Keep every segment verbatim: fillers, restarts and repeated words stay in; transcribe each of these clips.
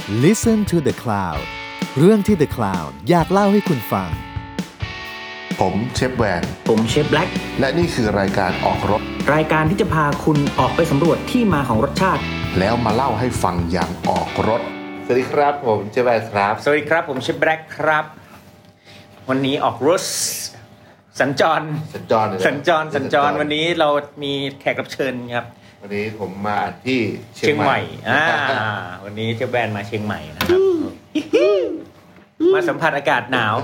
Listen to the Cloud เรื่องที่ The Cloud อยากเล่าให้คุณฟังผมเชฟแวนผมเชฟแบล็กและนี่คือรายการออกรถรายการที่จะพาคุณออกไปสำรวจที่มาของรสชาติแล้วมาเล่าให้ฟังอย่างออกรถสวัสดีครับผมเชฟแวนครับสวัสดีครับผมเชฟแบล็กครับวันนี้ออกรถสัญจรสัญจรสัญจรสัญจรวันนี้เรามีแขกรับเชิญครับวันนี้ผมมาที่เชียงใหม่อ่าวันนี้เชฟแวนมาเชียงใหม่นะครับมาสัมผัสอากาศหนาว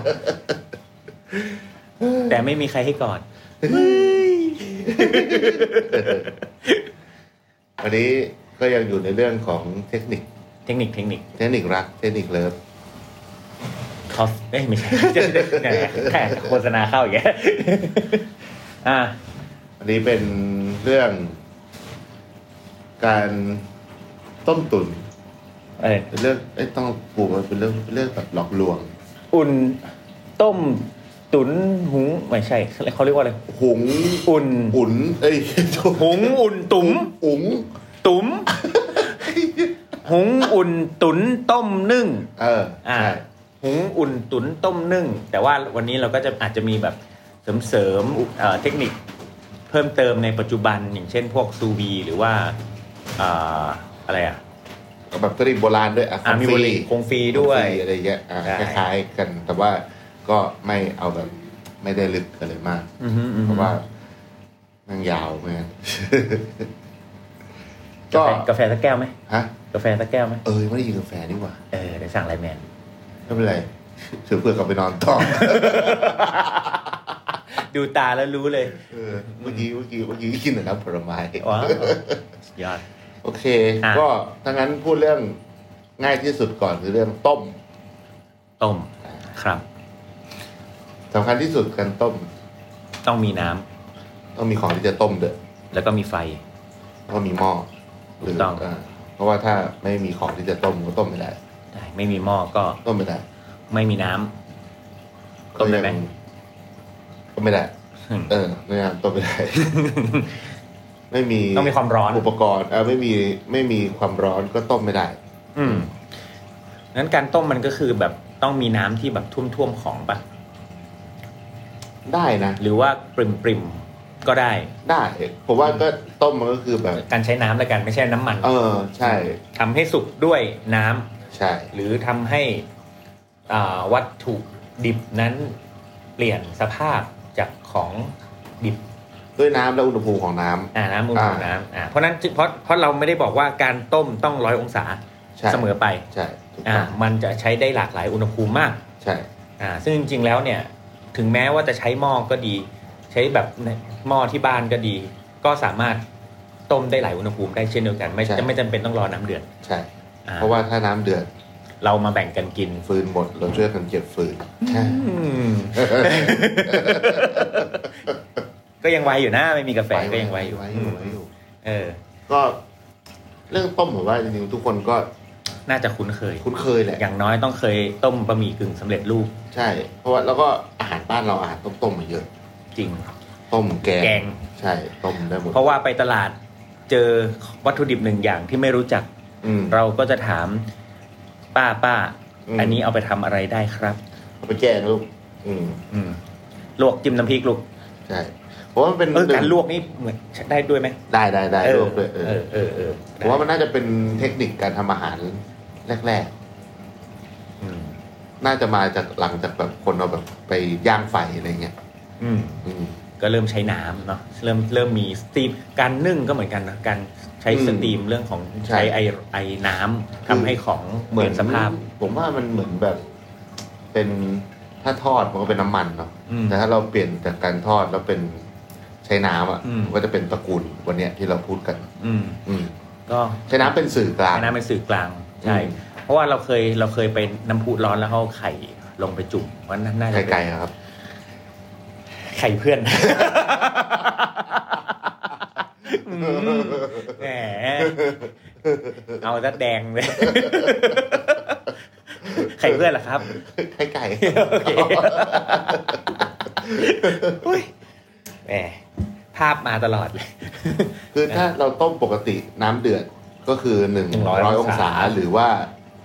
แต่ไม่มีใครให้กอดวันนี้ก็ยังอยู่ในเรื่องของเทคนิคเทคนิคเทคนิคเทคนิครักเทคนิคเลิฟคอสเอ้ยไม่ใช่แค่โฆษณาเข้าอย่างเงี้ยอ่าวันนี้เป็นเรื่องการต้มตุ๋นเอ้ยเป็นเรื่องเอ้ยต้องปูมันเป็นเรื่องเป็นเรื่องแบบหลอกลวงอุ่นต้มตุ๋นหุงไม่ใช่เขาเรียกว่าอะไรหุงอุ่นอุ่นเอ้ยหุงอุ่นตุ๋มอุ๋งตุ๋มหุงอุ่นตุ๋นต้มนึ่งเอออ่าหุงอุ่นตุ๋นต้มนึ่งแต่ว่าวันนี้เราก็จะอาจจะมีแบบเสริมๆเอ่อเทคนิคเพิ่มเติมในปัจจุบันอย่างเช่นพวกซูวีหรือว่าอ่าอะไรอ่ะแบบเทคนิคโบราณด้วยอ่ะคงฟรีคงฟรีด้วยอะไรเงี้ยอ่าคล้ายๆกันแต่ว่าก็ไม่เอาแบบไม่ได้ลึกกันเลยมากเพราะว่ามันยาวเหมือนกันก็กาแฟสักแก้วไหมฮะกาแฟสักแก้วไหมเออไม่ได้กินกาแฟนี่หว่าเออเดี๋ยวสั่งไลน์แมนไม่เป็นไรเสือเพื่อกลับไปนอนต่อดูตาแล้วรู้เลยเออเมื่อกี้เมื่อกี้เมื่อกี้กินแต่น้ำผลไม้ว้าวยอดโอเคก็ถ้างั้นพูดเรื่องง่ายที่สุดก่อนคือเรื่องต้มต้มครับสำคัญที่สุดการต้มต้องมีน้ำต้องมีของที่จะต้มเด้อแล้วก็มีไฟแล้วก็มีหม้อถูกต้องเพราะว่าถ้าไม่มีของที่จะต้มก็ต้มไม่ได้ได้ไม่มีหม้อก็ต้มไม่ได้ไม่มีน้ำต้มได้ไหมต้มไม่ได้เออไม่ได้ต้มไม่ได้ไม่มีต้องมีความร้อนอุปกรณ์เออไม่มีไม่มีความร้อนก็ต้มไม่ได้อืมงั้นการต้มมันก็คือแบบต้องมีน้ำที่แบบท่วมๆของป่ะได้นะหรือว่าปริมๆก็ได้ได้ผมว่าก็ต้มมันก็คือแบบการใช้น้ำแล้วกันไม่ใช่น้ำมันเออใช่ทำให้สุกด้วยน้ำใช่หรือทำให้อ่าวัตถุดิบนั้นเปลี่ยนสภาพจากของดิบด้วยน้ำและอุณหภูมิของน้ำอ่าน้ำอุณหภูมิน้ำอ่าเพราะนั้นเพราะเพราะเราไม่ได้บอกว่าการต้มต้องร้อยองศาเสมอไปใช่อ่ามันจะใช้ได้หลากหลายอุณหภูมิมากใช่อ่าซึ่งจริงๆแล้วเนี่ยถึงแม้ว่าจะใช้หม้อก็ดีใช้แบบหม้อที่บ้านก็ดีก็สามารถต้มได้หลายอุณหภูมิได้เช่นเดียวกันไม่จะไม่จำเป็นต้องรอน้ำเดือดใช่เพราะว่าถ้าน้ำเดือดเรามาแบ่งกันกินฟืนหมดเราช่วยกันเก็บฟืนใช่ก็ยังไวอยู่นะไม่มีกาแฟก็ยังไวอยู่ไวอยู่ไวอยู่เออก็เรื่องต้มผมว่าจริงๆทุกคนก็น่าจะคุ้นเคยคุ้นเคยแหละอย่างน้อยต้องเคยต้มบะหมี่กึ่งสำเร็จรูปใช่เพราะว่าแล้วก็อาหารบ้านเราอาหารต้มๆมาเยอะจริงต้มแกงแกงใช่ต้มได้หมดเพราะว่าไปตลาดเจอวัตถุดิบหนึ่งอย่างที่ไม่รู้จักเราก็จะถามป้าป้าอันนี้เอาไปทำอะไรได้ครับเอาไปแกงลูกอืมอืมลวกจิ้มน้ำพริกลูกใช่เพราะว่ามันเป็นการลวกนี่เหมือนได้ด้วยไหมได้ได้ได้ลวกด้วยเออเออเออเพราะว่ามันน่าจะเป็นเทคนิคการทำอาหารแรกๆน่าจะมาจากหลังจากแบบคนเราแบบไปย่างไฟอะไรเงี้ยอืมอืมก็เริ่มใช้น้ำเนาะเริ่มเริ่มมีสตีมการนึ่งก็เหมือนกันนะการใช้สตีมเรื่องของใช้ไอไอน้ำทำให้ของเหมือนสภาพผมว่ามันเหมือนแบบเป็นถ้าทอดมันก็เป็นน้ำมันเนาะแต่ถ้าเราเปลี่ยนจากการทอดแล้วเป็นใช้น้ำอ่ะก็จะเป็นตระกูลวันเนี้ยที่เราพูดกันอืมอืมก็ใช้น้ำเป็นสื่อกลางใช้น้ำเป็นสื่อกลางใช่เพราะว่าเราเคยเราเคยไปน้ำพุร้อนแล้วเขาไข่ลงไปจุ่มว่าน่าจะไก่ครับไข่เพื่อนแหมเอาซะแดงเลยไข่เพื่อนเหรอครับไข่ไก่โอเคอุ้ยแหมภาพมาตลอดเลยคือถ้าเราต้มปกติน้ำเดือดก็คือหนึ่งร้อยองศาหรือว่า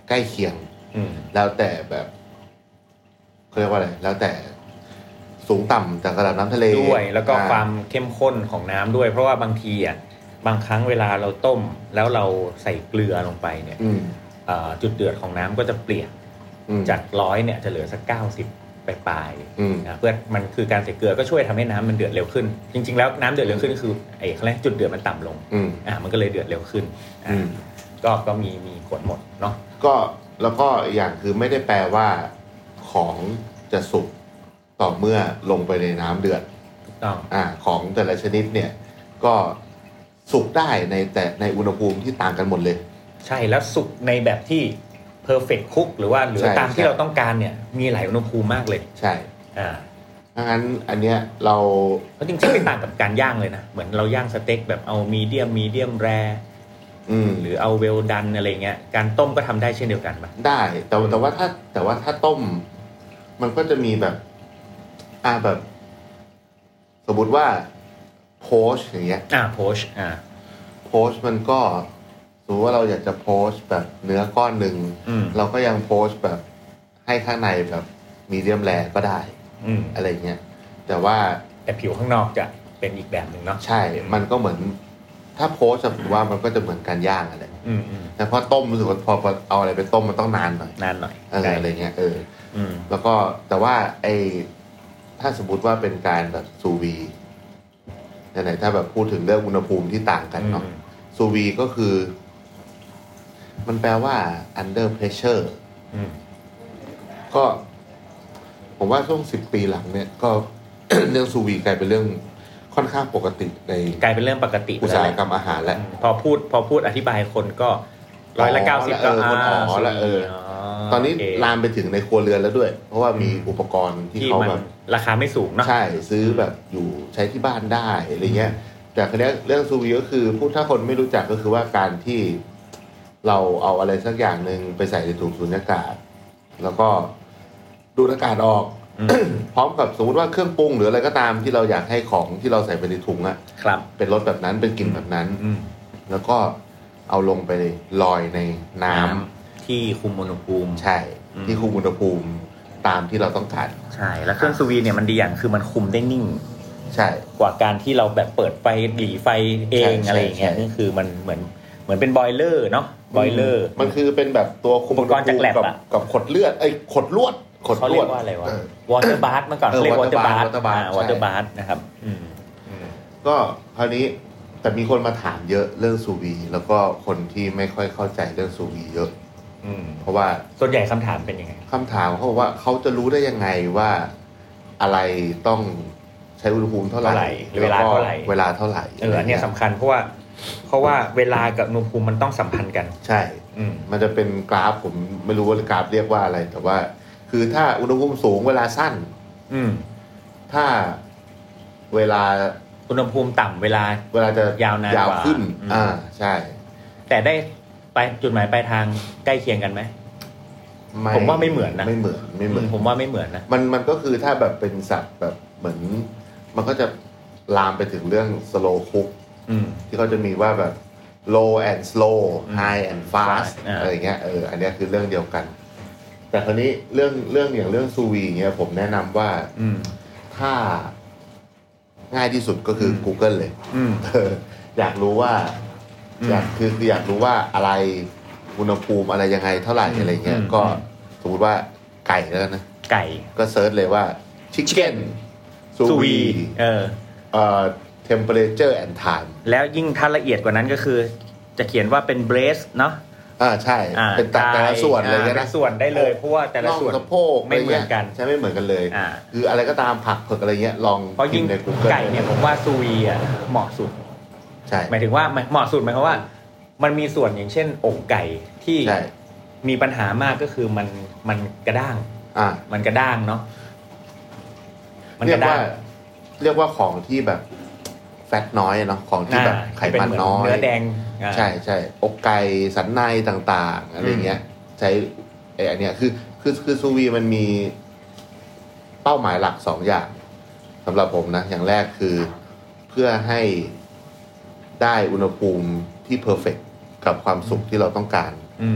ใกล้เคียงแล้วแต่แบบเขาเรียกว่าอะไรแล้วแต่สูงต่ำจากระดับน้ำทะเลด้วยแล้วก็ความเข้มข้นของน้ำด้วยเพราะว่าบางทีอ่ะบางครั้งเวลาเราต้มแล้วเราใส่เกลือลงไปเนี่ยจุดเดือดของน้ำก็จะเปลี่ยนจากร้อยเนี่ยจะเหลือสักเก้าสิบปลายๆเพื่อมันคือการใส่เกลือก็ช่วยทำให้น้ำมันเดือดเร็วขึ้นจริงๆแล้วน้ำเดือดเร็วขึ้นคือไอ้เขาเรียกจุดเดือดมันต่ำลงอ่ามันก็เลยเดือดเร็วขึ้นก็ก็มีมีผลหมดเนาะก็แล้วก็อย่างคือไม่ได้แปลว่าของจะสุกต่อเมื่อลงไปในน้ำเดือดถูกต้องอ่าของแต่ละชนิดเนี่ยก็สุกได้ในแต่ในอุณหภูมิที่ต่างกันหมดเลยใช่แล้วสุกในแบบที่perfect cook หรือว่าเหลือตามที่เราต้องการเนี่ยมีหลายอุณหภูมิมากเลยใช่อ่าดังนั้นอันเนี้ยเราเพราะจริงๆไม่ต่างกับการย่างเลยนะเหมือนเราย่างสเต็กแบบเอามีเดียมมีเดียมแรร์หรือเอาเวลดันอะไรเงี้ยการต้มก็ทำได้เช่นเดียวกันป่ะได้แต่แต่ว่าถ้าแต่ว่าถ้าต้มมันก็จะมีแบบอ่าแบบสมมุติว่าโพสอย่างเงี้ยอ่าโพสอ่าโพสมันก็สมมติว่าเราอยากจะโพสแบบเนื้อก้อนหนึ่งเราก็ยังโพสแบบให้ข้างในแบบมีเดียมแรร์ก็ได้อะไรเงี้ยแต่ว่าแต่ผิวข้างนอกจะเป็นอีกแบบหนึ่งเนาะใช่มันก็เหมือนถ้าโพสผมว่ามันก็จะเหมือนการย่างอะไรแต่พอต้มรู้สึกว่าพอเอาอะไรไปต้มมันต้องนานหน่อยนานหน่อยอะไรเงี้ยเออแล้วก็แต่ว่าไอถ้าสมมติว่าเป็นการแบบซูวีไหนๆถ้าแบบพูดถึงเรื่องอุณหภูมิที่ต่างกันเนาะซูวีก็คือมันแปลว่า under pressure ก็ผมว่าช่วงสิบปีหลังเนี่ยก็ เรื่องซูวีกลายเป็นเรื่องค่อนข้างปกติในกลายเป็นเรื่องปกติอุตสาหกรรมอาหารแล้วพอพูดพอพูดอธิบายคนก็ร้อยละเก้าสิบก็คนอ๋อแล้วเออตอนนี้ลามไปถึงในครัวเรือนแล้วด้วยเพราะว่ามีอุปกรณ์ที่เขาแบบราคาไม่สูงเนาะใช่ซื้อแบบอยู่ใช้ที่บ้านได้อะไรเงี้ยแต่คราวนี้เรื่องซูวีก็คือพูดถ้าคนไม่รู้จักก็คือว่าการที่เราเอาอะไรสักอย่างนึงไปใส่ในถุงสุญญากาศแล้วก็ดูดอากาศออก พร้อมกับสมมติว่าเครื่องปรุงหรืออะไรก็ตามที่เราอยากให้ของที่เราใส่ไปในถุงอะเป็นรสแบบนั้นเป็นกลิ่นแบบนั้นแล้วก็เอาลงไปลอยในน้ำที่คุมอุณหภูมิใช่ที่คุมอุณหภูมิตามที่เราต้องการใช่แล้วเครื่องซูวีเนี่ยมันดีอย่างคือมันคุมได้นิ่งใช่กว่าการที่เราแบบเปิดไฟหลีไฟเองอะไรอย่างเงี้ยนี่คือมันเหมือนเหมือนเป็นบอยเลอร์เนาะบอยเลอร์มันคือเป็นแบบตัวคุมอุณหภูมิกับกับขดเลือดไอ้ขดลวดขดลวดว่าอะไรวะวอเตอร์บาร์เมื่อก่อนเรียกวอเตอร์บาร์วอเตอร์บาร์วอเตอร์บาร์นะครับก็คราวนี้แต่มีคนมาถามเยอะเรื่องซูวีแล้วก็คนที่ไม่ค่อยเข้าใจเรื่องซูวีเยอะเพราะว่าส่วนใหญ่คำถามเป็นยังไงคำถามเขาบอกว่าเขาจะรู้ได้ยังไงว่าอะไรต้องใช้อุณหภูมิเท่าไหร่เวลาเท่าไหร่เวลาเท่าไหร่เออเนี่ยสำคัญเพราะว่าเพราะว่าเวลากับอุณหภูมิมันต้องสัมพันธ์กันใช่มันจะเป็นกราฟผมไม่รู้ว่ากราฟเรียกว่าอะไรแต่ว่าคือถ้าอุณหภูมิสูงเวลาสั้นถ้าเวลาอุณหภูมิต่ำเวลาเวลาจะยาวนานยาวขึ้นอ่าใช่แต่ได้ไปจุดหมายปลายทางใกล้เคียงกันไหมผมว่าไม่เหมือนนะไม่เหมือนไม่เหมือนผมว่าไม่เหมือนนะมันมันก็คือถ้าแบบเป็นสัตว์แบบเหมือนมันก็จะลามไปถึงเรื่อง slow cook ที่เขาจะมีว่าแบบ low and slow high and fast อะไรเงี้ยเอออันนี้คือเรื่องเดียวกันแต่คราวนี้เรื่องเรื่องอย่างเรื่องซูวีเงี้ยผมแนะนำว่าถ้าง่ายที่สุดก็คือ Google เลยอยากรู้ว่าอยากคือคืออยากรู้ว่าอะไรอุณหภูมิอะไรยังไงเท่าไหร่อะไรเงี้ยก็สมมติว่าไก่แล้วนะไก่ก็เซิร์ชเลยว่า chicken ซูวีเออเอ่อ temperature and time แล้วยิ่งถ้าละเอียดกว่านั้นก็คือจะเขียนว่าเป็น breast เนาะอ่าใช่เป็นแต่ละส่วนเลยนะส่วนได้เลยเพราะว่าแต่ละส่วนสะโพกไม่เหมือนกันใช่ไม่เหมือนกันเลยคืออะไรก็ตามผักเผือกอะไรเงี้ยลองเพราะยิ่งใน Google ไก่เนี่ยผมว่าซูวีอ่ะเหมาะสุดใช่หมายถึงว่าเหมาะสุดหมายความว่ามันมีส่วนอย่างเช่นอกไก่ที่มีปัญหามากก็คือมันมันกระด้างอ่ามันกระด้างเนาะมันกระด้างเรียกว่าของที่แบบแฟตน้อยเนาะของที่แบบไขมันน้อยเนื้อแดงใช่ใช่อกไก่สันในต่างๆอะไรเงี้ยใช้ไอ้อันเนี้ยคือคือคือซูวีมันมีเป้าหมายหลักสองอย่างสำหรับผมนะอย่างแรกคือเพื่อให้ได้อุณหภูมิที่เพอร์เฟกต์กับความสุขที่เราต้องการ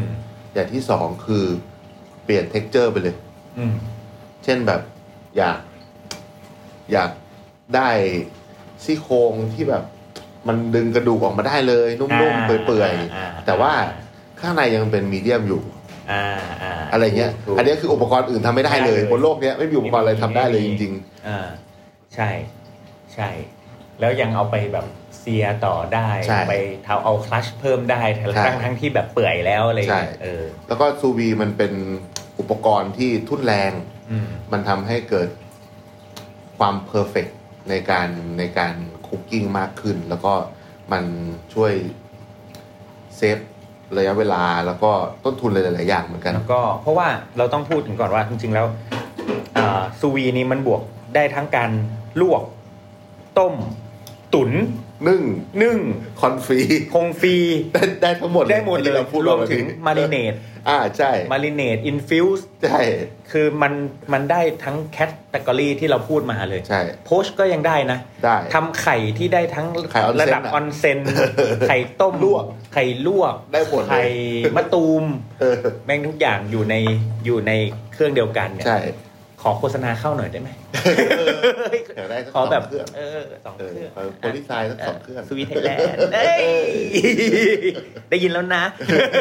อย่างที่สองคือเปลี่ยน texture ไปเลยเช่นแบบอยากอยากได้ซี่โครงที่แบบมันดึงกระดูกออกมาได้เลยนุ่มๆเปื่อยๆแต่ว่าข้างในยังเป็นมีเดียมอยู่อะไรเงี้ยอันนี้คืออุปกรณ์อื่นทำไม่ได้เลยบนโลกนี้ไม่มีอุปกรณ์อะไรทำได้เลยจริงๆอ่าใช่ใช่แล้วยังเอาไปแบบเซียต่อได้ไปเท้าเอาคลัชเพิ่มได้ทั้งทั้งที่แบบเปื่อยแล้วอะไรเออแล้วก็ซูวีมันเป็นอุปกรณ์ที่ทุ่นแรงมันทำให้เกิดความเพอร์เฟกต์ในการในการคุกกิ้งมากขึ้นแล้วก็มันช่วยเซฟระยะเวลาแล้วก็ต้นทุนหลายๆอย่างเหมือนกันแล้วก็เพราะว่าเราต้องพูดถึงก่อนว่าจริงๆแล้วซูวีนี้มันบวกได้ทั้งการลวกต้มตุ๋นนึ่งนึ่งคอนฟรีคงฟรีได้ได้ทั้งหมดได้หมดเลยรวมถึงมาริเนตอ่าใช่มาริเนตอินฟิวส์ใช่คือมันมันได้ทั้งแคตตากรีที่เราพูดมาเลยใช่โพชก็ยังได้นะได้ทำไข่ที่ได้ทั้งระดับออนเซนไข่ต้มลวกไข่ลวกได้หมดไข่มะตูมแม่งทุกอย่างอยู่ในอยู่ในเครื่องเดียวกันเนี่ยใช่ขอโฆษณาเข้าหน่อยได้ไหมขอแบบเออสองเครื่องโพลิไซน์สักสองเครื่องสวีทไทยแลนด์ได้ยินแล้วนะ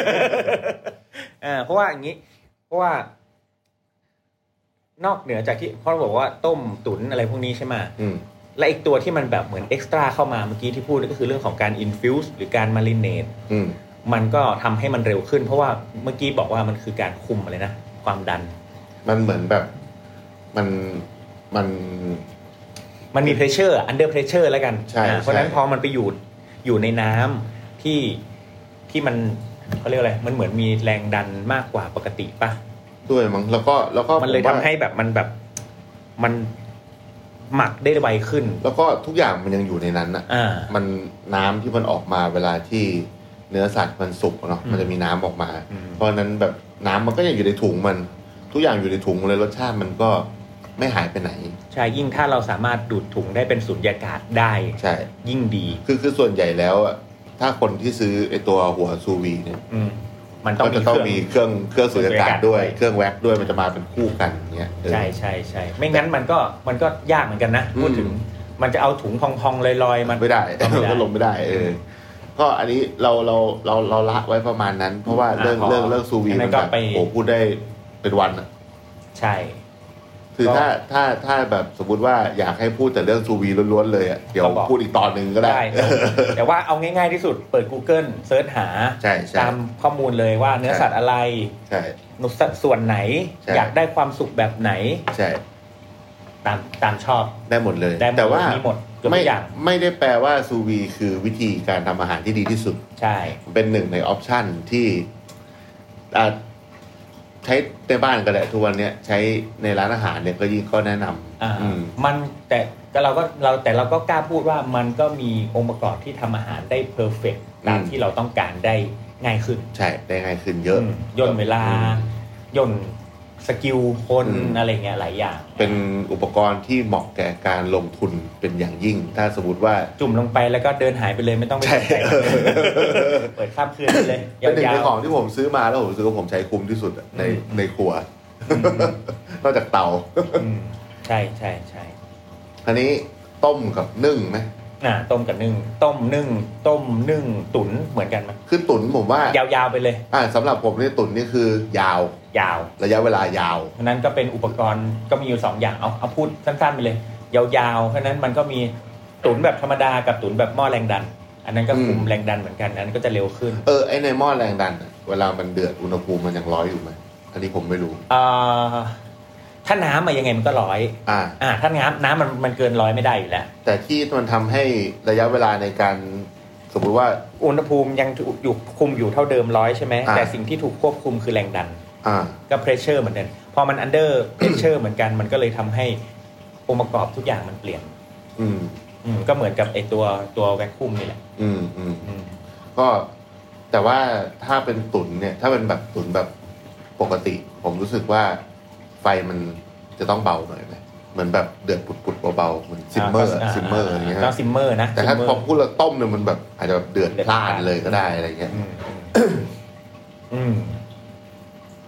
เพราะว่าอย่างนี้เพราะว่านอกเหนือจากที่พ่อบอกว่าต้มตุ๋นอะไรพวกนี้ใช่ไหมและอีกตัวที่มันแบบเหมือนเอ็กซ์ตร้าเข้ามาเมื่อกี้ที่พูดก็คือเรื่องของการอินฟิวส์หรือการมาริเนตมันก็ทำให้มันเร็วขึ้นเพราะว่าเมื่อกี้บอกว่ามันคือการคุมอะไรนะความดันมันเหมือนแบบมันมันมันมีเพรสเชอร์อันเดอร์เพรสเชอร์แล้วกันเพราะฉะนั้นพอมันไปอยู่อยู่ในน้ำที่ที่มันเขาเรียกอะไรมันเหมือนมีแรงดันมากกว่าปกติป่ะด้วยมั้งแล้วก็แล้วก็มันเลยทำให้แบบมันแบบมันหมักได้ไวขึ้นแล้วก็ทุกอย่างมันยังอยู่ในนั้นอ่ะมันน้ำที่มันออกมาเวลาที่เนื้อสัตว์มันสุกเนาะมันจะมีน้ำออกมาเพราะนั้นแบบน้ำมันก็ยังอยู่ในถุงมันทุกอย่างอยู่ในถุงเลยรสชาติมันก็ไม่หายไปไหนใช่ยิ่งถ้าเราสามารถดูดถุงได้เป็นสุญญากาศได้ใช่ยิ่งดีคือคือส่วนใหญ่แล้วอ่ะถ้าคนที่ซื้อไอตัวหัวซูวีเนี่ยมันต้องจะต้องมีเครื่องเครื่องสุญญากาศด้วยเครื่องแว็กด้วยมันจะมาเป็นคู่กันเงี้ยใช่ใช่ใช่ไม่งั้นมันก็มันก็ยากเหมือนกันนะพูดถึงมันจะเอาถุงพองๆลอยๆมันไม่ได้มันก็ลงไม่ได้เออก็อันนี้เราเราเราเราละไว้ประมาณนั้นเพราะว่าเรื่องเรื่องเรื่องซูวีมันแบบโอ้พูดได้เป็นวันอ่ะใช่คือถ้าถ้าถ้าแบบสมมติว่าอยากให้พูดแต่เรื่องซูวีล้วนๆเลยอ่ะเดี๋ยวพูดอีกตอนนึงก็ได้แต่ว่าเอาง่ายๆที่สุดเปิด Google เสิร์ชหาตามข้อมูลเลยว่าเนื้อสัตว์อะไรใช่ส่วนไหนอยากได้ความสุขแบบไหนใช่ตามตามชอบได้หมดเลยแต่ว่าไม่ไม่ได้แปลว่าซูวีคือวิธีการทำอาหารที่ดีที่สุดใช่เป็นหนึ่งในออปชั่นที่อ่าใช้ในบ้านก็ได้ทุกวันนี้ใช้ในร้านอาหารเนี่ยก็ยิ่งก็แนะนำอ่ามันแต่เราก็เราแต่เราก็กล้าพูดว่ามันก็มีองค์ประกอบที่ทำอาหารได้เพอร์เฟกต์ตามที่เราต้องการได้ง่ายขึ้นใช่ได้ง่ายขึ้นเยอะย่นเวลาย่นสกิลคนอะไรเงี้ยหลายอย่างเป็นอุปกรณ์ที่เหมาะแก่การลงทุนเป็นอย่างยิ่งถ้าสมมติว่าจุ่มลงไปแล้วก็เดินหายไปเลยไม่ต้องไปสนใจเปิดข้ามคืนไปเลยเป็นหนึ่งในของที่ผมซื้อมาแล้วผมซื้อว่าผมใช้คุ้มที่สุดในในครัวนอกจากเตาใช่ใช่ใช่อันนี้ต้มกับนึ่งไหมอ่าต้มกับนึ่งต้มนึ่งต้มนึ่งตุ๋นเหมือนกันไหมคือตุ๋นผมว่ายาวๆไปเลยอ่าสำหรับผมนี่ตุ๋นนี่คือยาวยาวระยะเวลายาวเพราะนั้นก็เป็นอุปกรณ์ก็มีอยู่สองอย่างเอาเอาพูดสั้นๆไปเลยยาวๆเพราะนั้นมันก็มีตุ๋นแบบธรรมดากับตุ๋นแบบหม้อแรงดันอันนั้นก็คุมแรงดันเหมือนกันอันนั้นก็จะเร็วขึ้นเออไอในหม้อแรงดันเวลามันเดือดอุณหภูมิมันยังร้อยอยู่ไหมอันนี้ผมไม่รู้อ่าถ้าน้ำมายังไงมันก็ร้อยอ่าอ่าถ้าน้ำน้ำมันมันเกินร้อยไม่ได้อยู่แล้วแต่ที่มันทำให้ระยะเวลาในการสมมติว่าอุณหภูมิยังอยู่คุมอยู่เท่าเดิมร้อยใช่ไหมแต่สิ่งที่ถูกควบคุมคือแรงดันอ่าก็เพรสเชอร์เหมือนกันพอมันอันเดอร์เพรสเชอร์เหมือนกันมันก็เลยทำให้องค์ประกอบทุกอย่างมันเปลี่ยนอืมอืมก็เหมือนกับไอตัวตัวแวคคูมนี่แหละอืมอืมอืมก็แต่ว่าถ้าเป็นตุ๋นเนี่ยถ้าเป็นแบบตุ๋นแบบปกติผมรู้สึกว่าไฟมันจะต้องเบาหน่อยไหมเหมือนแบบเดือดปุดๆเบาๆเหมือนซิมเมอร์ซิมเมอร์อย่างเงี้ยก็ซิมเมอร์นะแต่ถ้าพอพูดแล้วต้มเนี่ยมันแบบอาจจะแบบเดือดพล่านเลยก็ได้อะไรเงี้ยอืม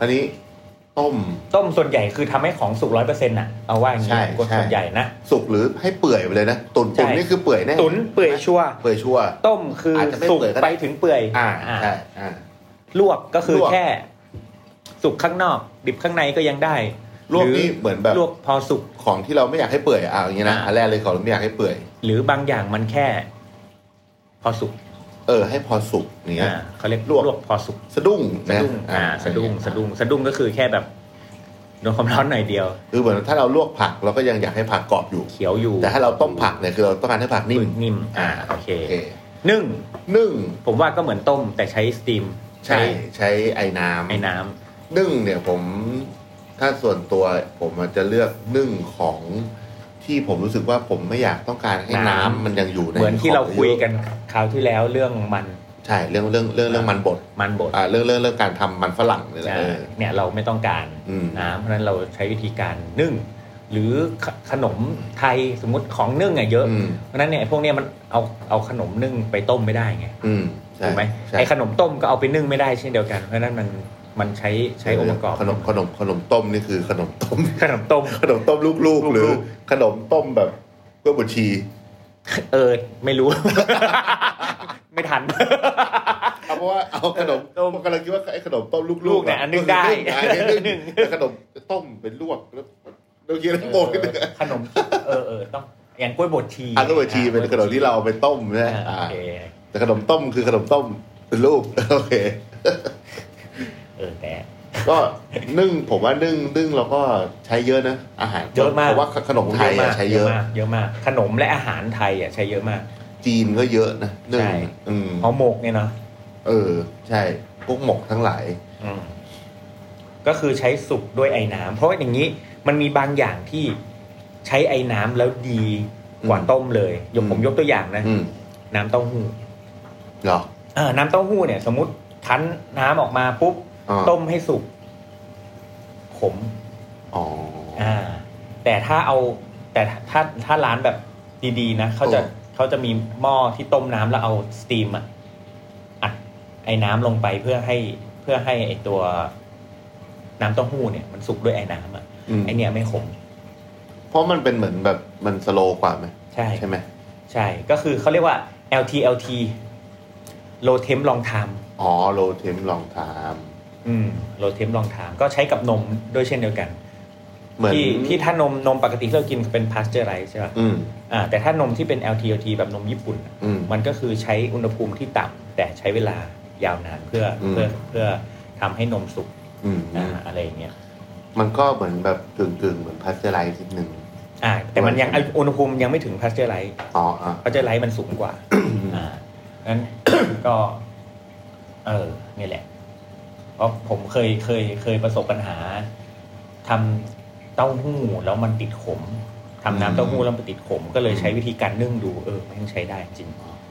อันนี้ต้มต้มส่วนใหญ่คือทำให้ของสุก ร้อยเปอร์เซ็นต์ น่ะเอาว่าอย่างงี้ก็ส่วนใหญ่นะสุกหรือให้เปื่อยไปเลยนะตุ๋นตุ๋นนี่คือเปื่อยแน่ตุ๋นเปื่อยชัวร์เปื่อยชัวร์ต้มคือสุกไปถึงเปื่อยอ่าใช่อ่าลวกก็คือแค่สุกข้างนอกดิบข้างในก็ยังได้ลวกนี่เหมือนแบบลวกพอสุกของที่เราไม่อยากให้เปื่อยอ่ะอย่างงี้นะอันแรกเลยของเราไม่อยากให้เปื่อยหรือบางอย่างมันแค่พอสุกเออให้พอสุกเนี้ยเขาเรียกลวกลวกพอสุกสะดุ้งสะดุ้งอ่าสะดุ้งสะดุ้งสะดุ้งก็คือแค่แบบโดนความร้อนหน่อยเดียวคือเหมือนถ้าเราลวกผักเราก็ยังอยากให้ผักกรอบอยู่เขียวอยู่แต่ถ้าเราต้มผักเนี่ยคือเราต้องการให้ผักนิ่มนิ่มอ่าโอเคนึ่งนึ่งผมว่าก็เหมือนต้มแต่ใช้สตีมใช่ใช้ไอ้น้ำไอ้น้ำนึ่งเนี่ยผมถ้าส่วนตัวผมจะเลือกนึ่งของที่ผมรู้สึกว่าผมไม่อยากต้องการให้น้ำมันยังอยู่ในเหมือนที่เราคุยกันคราวที่แล้วเรื่องมันใช่เรื่องเรื่องเรื่องเรื่องมันบดมันบดอ่าเรื่องเรื่องเรื่องการทำมันฝรั่งเนี่ยแหละเนี่ยเราไม่ต้องการน้ำเพราะฉะนั้นเราใช้วิธีการนึ่งหรือขนมไทยสมมติของนึ่งอ่ะเยอะเพราะฉะนั้นเนี่ยพวกเนี้ยมันเอาเอาขนมนึ่งไปต้มไม่ได้ไงถูกไหมไอ้ขนมต้มก็เอาไปนึ่งไม่ได้เช่นเดียวกันเพราะฉะนั้นมันมันใช้ใช้องค์ประกอบขนมขนมขนมต้มนี่คือขนมต้มขนมต้มขนมต้มลูกๆหรือขนมต้มแบบเพื่อบดชีเออไม่รู้ไม่ทันเพราะว่าเอาขนมต้มกำลังคิดว่าไอ้ขนมต้มลูกๆเนี่ยอันนึงได้นึ่งขนมต้มเป็นลวกแล้วเราเคี่ยวแล้วโบดขนมเออเออต้องอย่างกล้วยบดชีอ่ะกล้วยบดชีเป็นขนมที่เราไปต้มใช่ไหมแต่ขนมต้มคือขนมต้มเป็นลูกโอเคเออแต่ก็นึ่งผมว่านึ่งนึ่งเราก็ใช้เยอะนะอาหารเยอะมากเพราะว่าขนมไทยใช้เยอะเยอะมากขนมและอาหารไทยอ่ะใช้เยอะมากจีนก็เยอะนะนึ่งอืมห่อหมกเนี่ยเนาะเออใช่พวกหมกทั้งหลายอืมก็คือใช้สุกด้วยไอ้น้ำเพราะว่าอย่างนี้มันมีบางอย่างที่ใช้ไอ้น้ำแล้วดีกว่าต้มเลยยกผมยกตัวอย่างนะน้ำเต้าหู้เหรอเออน้ำเต้าหู้เนี่ยสมมติคั้นน้ำออกมาปุ๊บต้มให้สุกขมอ๋ออ่าแต่ถ้าเอาแต่ถ้าถ้าร้านแบบดีๆนะเขาจะเขาจะมีหม้อที่ต้มน้ำแล้วเอาสตีมอ่ะอัดไอ้น้ำลงไปเพื่อให้เพื่อให้ไอ้ตัวน้ำเต้าหู้เนี่ยมันสุกด้วยไอ้น้ำอ่ะไอ้เนี่ยไม่ขมเพราะมันเป็นเหมือนแบบมันสโลว์กว่าไหมใช่ใช่ไหมใช่ก็คือเขาเรียกว่า แอล ที แอล ที low temp long time อ๋อ low temp long time อืม low temp long time ก็ใช้กับนมด้วยเช่นเดียวกันที่ที่ถ้านมนมปกติที่เรากินเป็น pasteurize ใช่ป่ะอืมอ่าแต่ถ้านมที่เป็น แอล ที แอล ที แบบนมญี่ปุ่นมันก็คือใช้อุณหภูมิที่ต่ำแต่ใช้เวลายาวนานเพื่อเพื่อเพื่อทำให้นมสุกอ่าอะไรอย่างเงี้ยมันก็เหมือนแบบกึ่งๆเหมือน pasteurize นิดนึงอ่าแต่มันยังอุณหภูมิยังไม่ถึง pasteurize อ๋ออ่า pasteurize มันสูงกว่าอ่างั้น ก็เออนี่แหละเพราะผมเคยเคยเคยประสบปัญหาทำเต้าหู้แล้วมันติดขมทำน้ำเต้าหู้แล้วมันติดขมก็เลยใช้วิธีการนึ่งดูเออมันใช้ได้จริง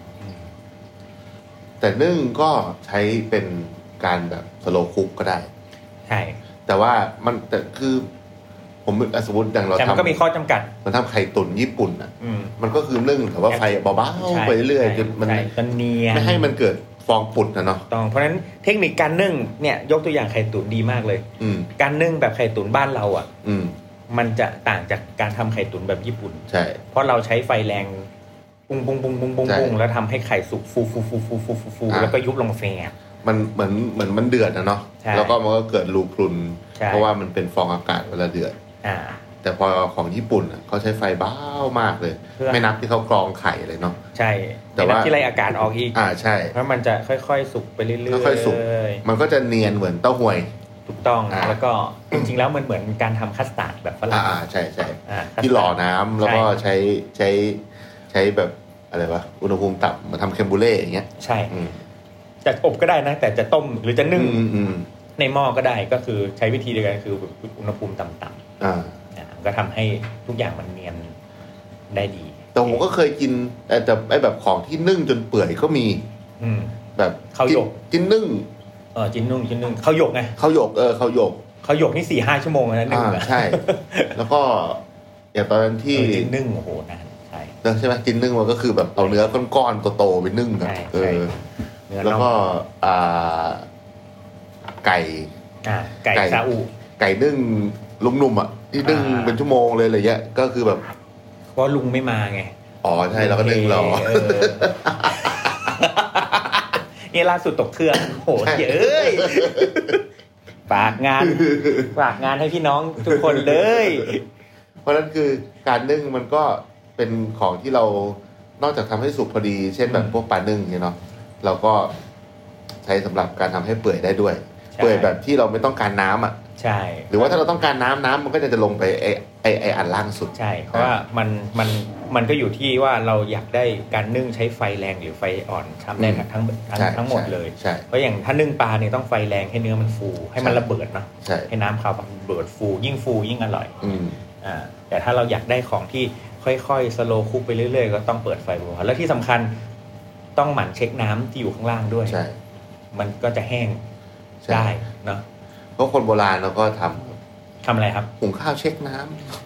แต่นึ่งก็ใช้เป็นการแบบสโลว์คุกก็ได้ใช่แต่ว่ามันแต่คือผมสมมติอย่างเราทำแต่มันก็มีข้อจำกัดมันทำไข่ตุ๋นญี่ปุ่นอ่ะมันก็คือนึ่งแต่ว่าไฟเบาๆไปเรื่อยจนมันไม่ให้มันเกิดฟองปุดนะเนาะต้องเพราะฉะนั้นเทคนิคการนึ่งเนี่ยยกตัวอย่างไข่ตุ๋นดีมากเลยการนึ่งแบบไข่ตุ๋นบ้านเราอ่ะมันจะต่างจากการทำไข่ตุ๋นแบบญี่ปุ่นใช่เพราะเราใช้ไฟแรงปุ้งปุ้งปุ้งปุ้งปุ้งปุ้งแล้วทำให้ไข่สุกฟูฟูฟูฟูฟูฟูฟูแล้วก็ยุบลงแฟบมันเหมือนเหมือนมันเดือดนะเนาะแล้วก็มันก็เกิดรูพรุนเพราะว่ามันเป็นฟองอากาศเวลาเดือดแต่พอของญี่ปุ่นอ่ะเขาใช้ไฟเบามากเลยไม่นับที่เขากรองไข่เลยเนาะใช่แต่ว่าที่ไล่อากาศออกอีกอ่าใช่เพราะมันจะค่อยๆสุกไปเรื่อยๆค่อยๆสุกมันก็จะเนียนเหมือนเต้าหวยถูกต้องแล้วก็จริงๆแล้วมันเหมือนการทำคัสตาร์ดแบบฝรั่งอ่าใช่ใช่ที่หล่อน้ำแล้วก็ใช้ใช้ใช้แบบอะไรวะอุณหภูมิต่ำมาทำเคมบูเล่อย่างเงี้ยใช่จะอบก็ได้นะแต่จะต้มหรือจะนึ่งในหม้อก็ได้ก็คือใช้วิธีเดียวกันคืออุณหภูมิต่ำๆอ่าก็ทำให้ทุกอย่างมันเนียนได้ดีแต่ผมก็เคยกินแต่ไอ้แบบของที่นึ่งจนเปื่อยก็มีแบบข้าวหยกกินนึ่งเออกินนึ่งกินนึ่งข้าวหยกไงข้าวหยกเออข้าวหยกข้าวหยกนี่สี่ห้าชั่วโมงนะนึ่งอ่าใช่แล้วก็อย่างตอนนั้นที่กินนึ่งโอ้โหนานใช่ใช่ไหมกินนึ่งมันก็คือแบบเอาเนื้อก้อนๆโตๆไปนึ่งกันเออแล้วก็อ่าไก่อ่าไก่ซาอุไก่นึ่งลุงหนุ่มอ่ะที่นึ่งเป็นชั่วโมงเลยอะไรเงี้ยก็คือแบบเพราะลุงไม่มาไงอ๋อใช่แล้วก็นึ่งรอนี่ล่าสุดตกเครื่องโหเอ้ยฝากงานฝากงานให้พี่น้องทุกคนเลยเพราะนั้นคือการนึ่งมันก็เป็นของที่เรานอกจากทำให้สุกพอดีเช่นแบบพวกปลานึ่งเนาะเราก็ใช้สำหรับการทำให้เปื่อยได้ด้วยเปื่อยแบบที่เราไม่ต้องการน้ำอ่ะใช่หรือว่าถ้าเราต้องการน้ำน้ำมันก็จะลงไปไอไอไออันล่างสุดใช่เพราะว่ามันมันมันก็อยู่ที่ว่าเราอยากได้การนึ่งใช้ไฟแรงหรือไฟอ่อนทำได้ทั้งทั้งทั้งหมดเลยเพราะอย่างถ้านึ่งปลาเนี่ยต้องไฟแรงให้เนื้อมันฟูให้มันระเบิดนะให้น้ำคาวมันระเบิดฟูยิ่งฟูยิ่งอร่อยอ่าแต่ถ้าเราอยากได้ของที่ค่อยๆสโลว์คุกไปเรื่อยๆก็ต้องเปิดไฟเบาๆแล้วที่สำคัญต้องหมั่นเช็คน้ำที่อยู่ข้างล่างด้วยใช่มันก็จะแห้งได้เนาะเพราะคนโบราณเราก็ทำทำอะไรครับหุงข้าวเช็คน้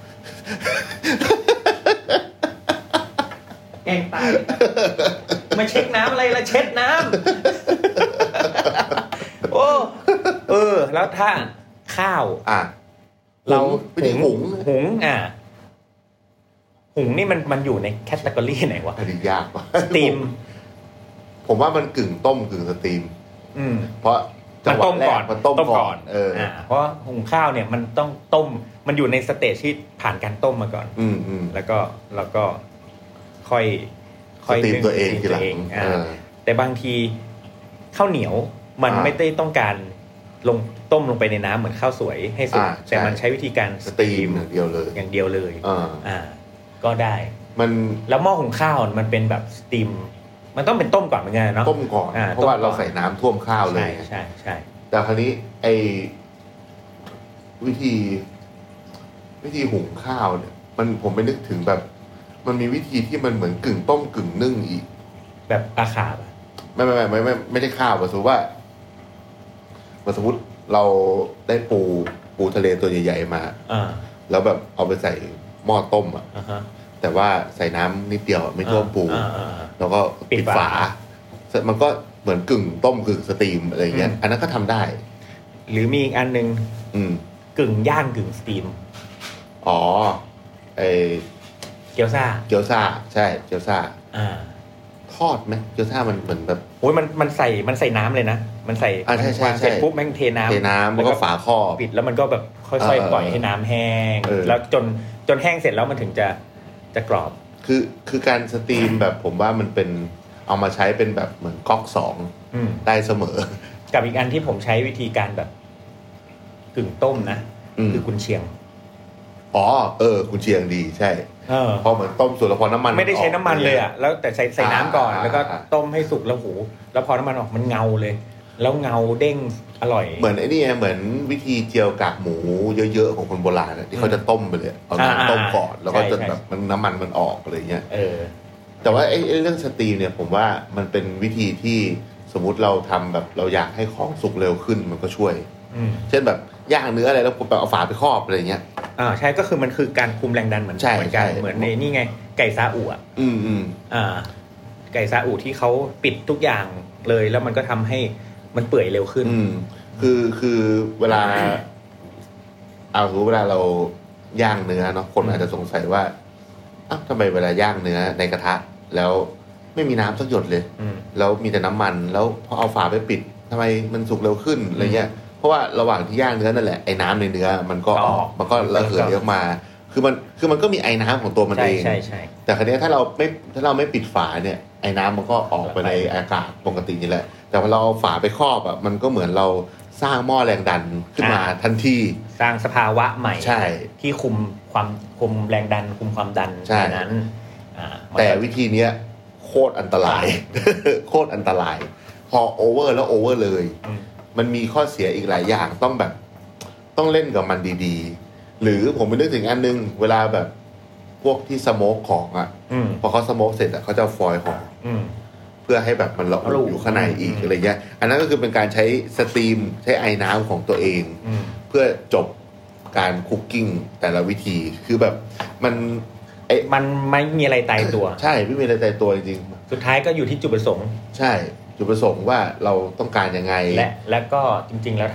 ำแกงตายไม่เช็คน้ำอะไรละเช็ดน้ำโอ้เออแล้วถ้าข้าวอ่ะเราหุงหุงอ่ะหุงนี่มันมันอยู่ในแคตตากรีไหนวะอันนี้ยากว่ะสตรีมผมว่ามันกึ่งต้มกึ่งสตรีมอืมเพราะมันต้มก่อนมันต้มก่อนเอออ่าเพราะหุงข้าวเนี่ยมันต้องต้มมันอยู่ในสเตจที่ผ่านการต้มมาก่อนอืมอืมแล้วก็แล้วก็ค่อยค่อยนึ่งตัวเองทีหลังอ่าแต่บางทีข้าวเหนียวมันไม่ได้ต้องการลงต้มลงไปในน้ำเหมือนข้าวสวยให้สุกแต่มันใช้วิธีการสตรีมอย่างเดียวเลยอย่างเดียวเลยอ่าก็ได้มันแล้วหม้อหุงข้าวมันเป็นแบบสตรีมมันต้องเป็นต้มก่อนเหมือนกันเนาะต้มก่อนเพราะว่าเราใส่น้ำท่วมข้าวเลยใช่ใช่ใช่แต่คราวนี้ไอ้วิธีวิธีหุงข้าวเนี่ยมันผมไปนึกถึงแบบมันมีวิธีที่มันเหมือนกึ่งต้มกึ่งนึ่งอีกแบบปลาขาบไม่ไม่ไม่ไม่ไม่ได้ข้าวสมมติว่าสมมติเราได้ปูปูทะเลตัวใหญ่ๆมาแล้วแบบเอาไปใส่หม้อต้มอ่ะแต่ว่าใส่น้ำนิดเดียวไม่ท่วมปูแล้วก็ปิดฝามันก็เหมือนกึ่งต้มกึ่งสตรีมอะไรเงี้ยอันนั้นก็ทำได้หรือมีอีกอันนึงกึ่งย่างกึ่งสตรีมอ๋อไอเกี๊ยวซ่าเกี๊ยวซ่าใช่เกี๊ยวซ่าอ่าทอดไหมเกี๊ยวซ่ามันเหมือนแบบโอ้ยมันมันใส่มันใส่น้ำเลยนะมันใส่อ่าใช่ใช่เสร็จปุ๊บแม่งเทน้ำเทน้ำแล้วก็ฝาครอบปิดแล้วมันก็แบบค่อยๆปล่อยให้น้ำแห้งแล้วจนจนแห้งเสร็จแล้วมันถึงจะจะกรอบคือคือการสตรีมแบบผมว่ามันเป็นเอามาใช้เป็นแบบเหมือนก๊อกสองได้เสมอกับอีกอันที่ผมใช้วิธีการแบบกึ่งต้มนะคือกุนเชียงอ๋อเออกุนเชียงดีใช่พอเหมือนต้มสุกแล้วพอน้ำมันไม่ได้ใช้น้ำมันเลยอ่ะแล้วแต่ใส่ใส่น้ำก่อนแล้วก็ต้มให้สุกแล้วหูแล้วพอน้ำมันออกมันเงาเลยแล้วเงาเด้งอร่อยเหมือนไอ้นี่เหมือนวิธีเจียวกากหมูเยอะๆของคนโบราณที่เขาจะต้มไปเลยเอาน้ำต้มก่อนแล้วก็จนแบบมันน้ำมันมันออกอะไรเงี้ยเออแต่ว่าไอ้เรื่องสตรีมเนี่ยผมว่ามันเป็นวิธีที่สมมุติเราทำแบบเราอยากให้ของสุกเร็วขึ้นมันก็ช่วยเช่นแบบย่างเนื้ออะไรแล้วผมแบบเอาฝาไปครอบอะไรเงี้ยอ่าใช่ก็คือมันคือการคุมแรงดันเหมือนเหมือนกันเหมือนในนี่ไงไก่ซาอุอ่ะอืมอืมอ่าไก่ซาอุที่เขาปิดทุกอย่างเลยแล้วมันก็ทำให้มันเปื่อยเร็วขึ้นอืมคือคือเวลาเอารู้เวลาเราย่างเนื้อเนาะคนอาจจะสงสัยว่าอ้าวทำไมเวลาย่างเนื้อในกระทะแล้วไม่มีน้ำสักหยดเลยแล้วมีแต่น้ำมันแล้วพอเอาฝาไปปิดทำไมมันสุกเร็วขึ้นอะไรเงี้ยเพราะว่าระหว่างที่ย่างเนื้อนั่นแหละไอ้น้ำในเนื้อมันก็ออกมันก็ระเหยออกมาคือมันคือมันก็มีไอ้น้ำของตัวมันเองใช่ใช่แต่คราวนี้ถ้าเราไม่ถ้าเราไม่ปิดฝาเนี่ยไอ้น้ำมันก็ออกไปในอากาศปกตินี่แหละแต่พอเราเอาฝาไปครอบอ่ะมันก็เหมือนเราสร้างหม้อแรงดันขึ้นมาทันทีสร้างสภาวะใหม่ใช่ที่คุมความคุมแรงดันคุมความดันในนั้นแต่วิธีเนี้ยโคตรอันตรายโคตรอันตรายพอโอเวอร์แล้วโอเวอร์เลยมันมีข้อเสียอีกหลายอย่างต้องแบบต้องเล่นกับมันดีๆหรือผมไปนึกถึงอันนึงเวลาแบบพวกที่สโมกของอ่ะพอเขาสโมกเสร็จอ่ะเขาจะฟอยล์ห่อเพื่อให้แบบมันละอุอยู่ข้างในอีกอะไรเงี้ยอันนั้นก็คือเป็นการใช้สตรีมใช้ไอ้น้ำของตัวเองเพื่อจบการคุกกิ้งแต่ละวิธีคือแบบมันไอ้มันไม่มีอะไรตายตัวใช่ไม่มีอะไรตายตัวจริงๆสุดท้ายก็อยู่ที่จุดประสงค์ใช่จุดประสงค์ว่าเราต้องการยังไงและและก็จริงๆแล้วถ้าเรา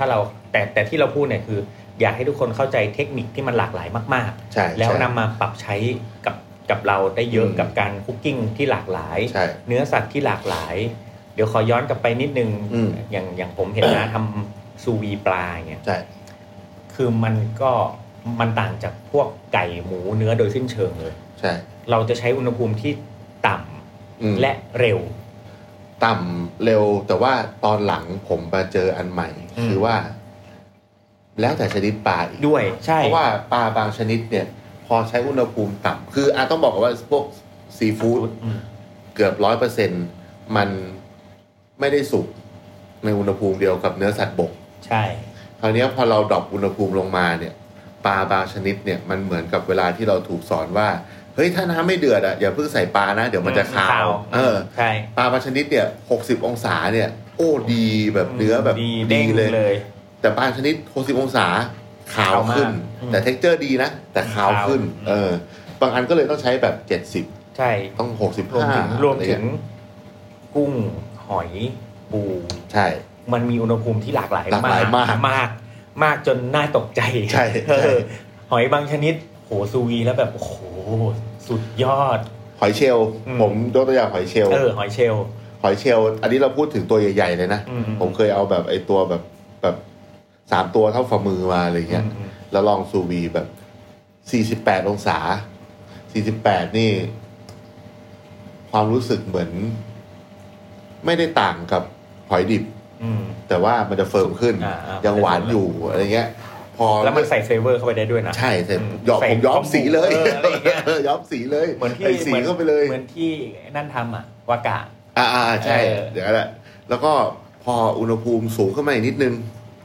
แต่แต่ที่เราพูดเนี่ยคืออยากให้ทุกคนเข้าใจเทคนิคที่มันหลากหลายมากๆแล้วนำมาปรับใช้กับกับเราได้เยอะกับการคุกกิ้งที่หลากหลายเนื้อสัตว์ที่หลากหลายเดี๋ยวขอย้อนกลับไปนิดนึงอย่างอย่างผมเห็นนะทำซูวีปลาเงี้ยคือมันก็มันต่างจากพวกไก่หมูเนื้อโดยสิ้นเชิงเลยใช่เราจะใช้อุณหภูมิที่ต่ำและเร็วต่ำเร็วแต่ว่าตอนหลังผมมาเจออันใหม่คือว่าแล้วแต่ชนิดปลาอีกด้วยใช่เพราะว่าปลาบางชนิดเนี่ยพอใช้อุณหภูมิต่ำคืออาต้องบอกว่าพวกซีฟู้ดเกือบร้อยเปอร์เซ็นต์มันไม่ได้สุกในอุณหภูมิเดียวกับเนื้อสัตว์บกใช่คราวนี้พอเราดรอปอุณหภูมิลงมาเนี่ยปลาบางชนิดเนี่ยมันเหมือนกับเวลาที่เราถูกสอนว่าเฮ้ยถ้าน้ำไม่เดือดอ่ะอย่าเพิ่งใส่ปลานะเดี๋ยวมันจะคาวเออใช่ปลาบางชนิดเนี่ยหกสิบองศาเนี่ยโอ้ดีแบบเนื้อแบบดีเลยแต่บางชนิดหกสิบองศาขาวขึ้นแต่เท็กเจอร์ดีนะแต่ขาวขึ้นเออบางอันก็เลยต้องใช้แบบเจ็ดสิบใช่ต้องหกสิบห้ารวมถึงกุ้งหอยปูใช่มันมีอุณหภูมิที่หลากหลายมากมากมากมากจนน่าตกใจใช่หอยบางชนิดโหซูวีแล้วแบบโอ้โหสุดยอดหอยเชลล์ผมยกตัวอย่างหอยเชลล์เออหอยเชลล์หอยเชลล์อันนี้เราพูดถึงตัวใหญ่ๆเลยนะผมเคยเอาแบบไอ้ตัวแบบแบบสามตัวเท่าฝ่ามือมาอะไรเงี้ยแล้วลองซูวีแบบสี่สิบแปดองศาสี่สิบแปดนี่ความรู้สึกเหมือนไม่ได้ต่างกับหอยดิบแต่ว่ามันจะเฟิร์มขึ้นยังหวานอยู่อะไรเงี้ยพอแล้วมันใส่เฟเวอร์เข้าไปได้ด้วยนะใช่ใส่ย้อมผมย้อมสีเลยย้อมสีเลยเหมือนที่สีเข้าไปเลยเหมือนที่นั่นทำอ่ะวากาอ่าใช่เดี๋ยวแหละแล้วก็พออุณหภูมิสูงขึ้นมาอีกนิดนึง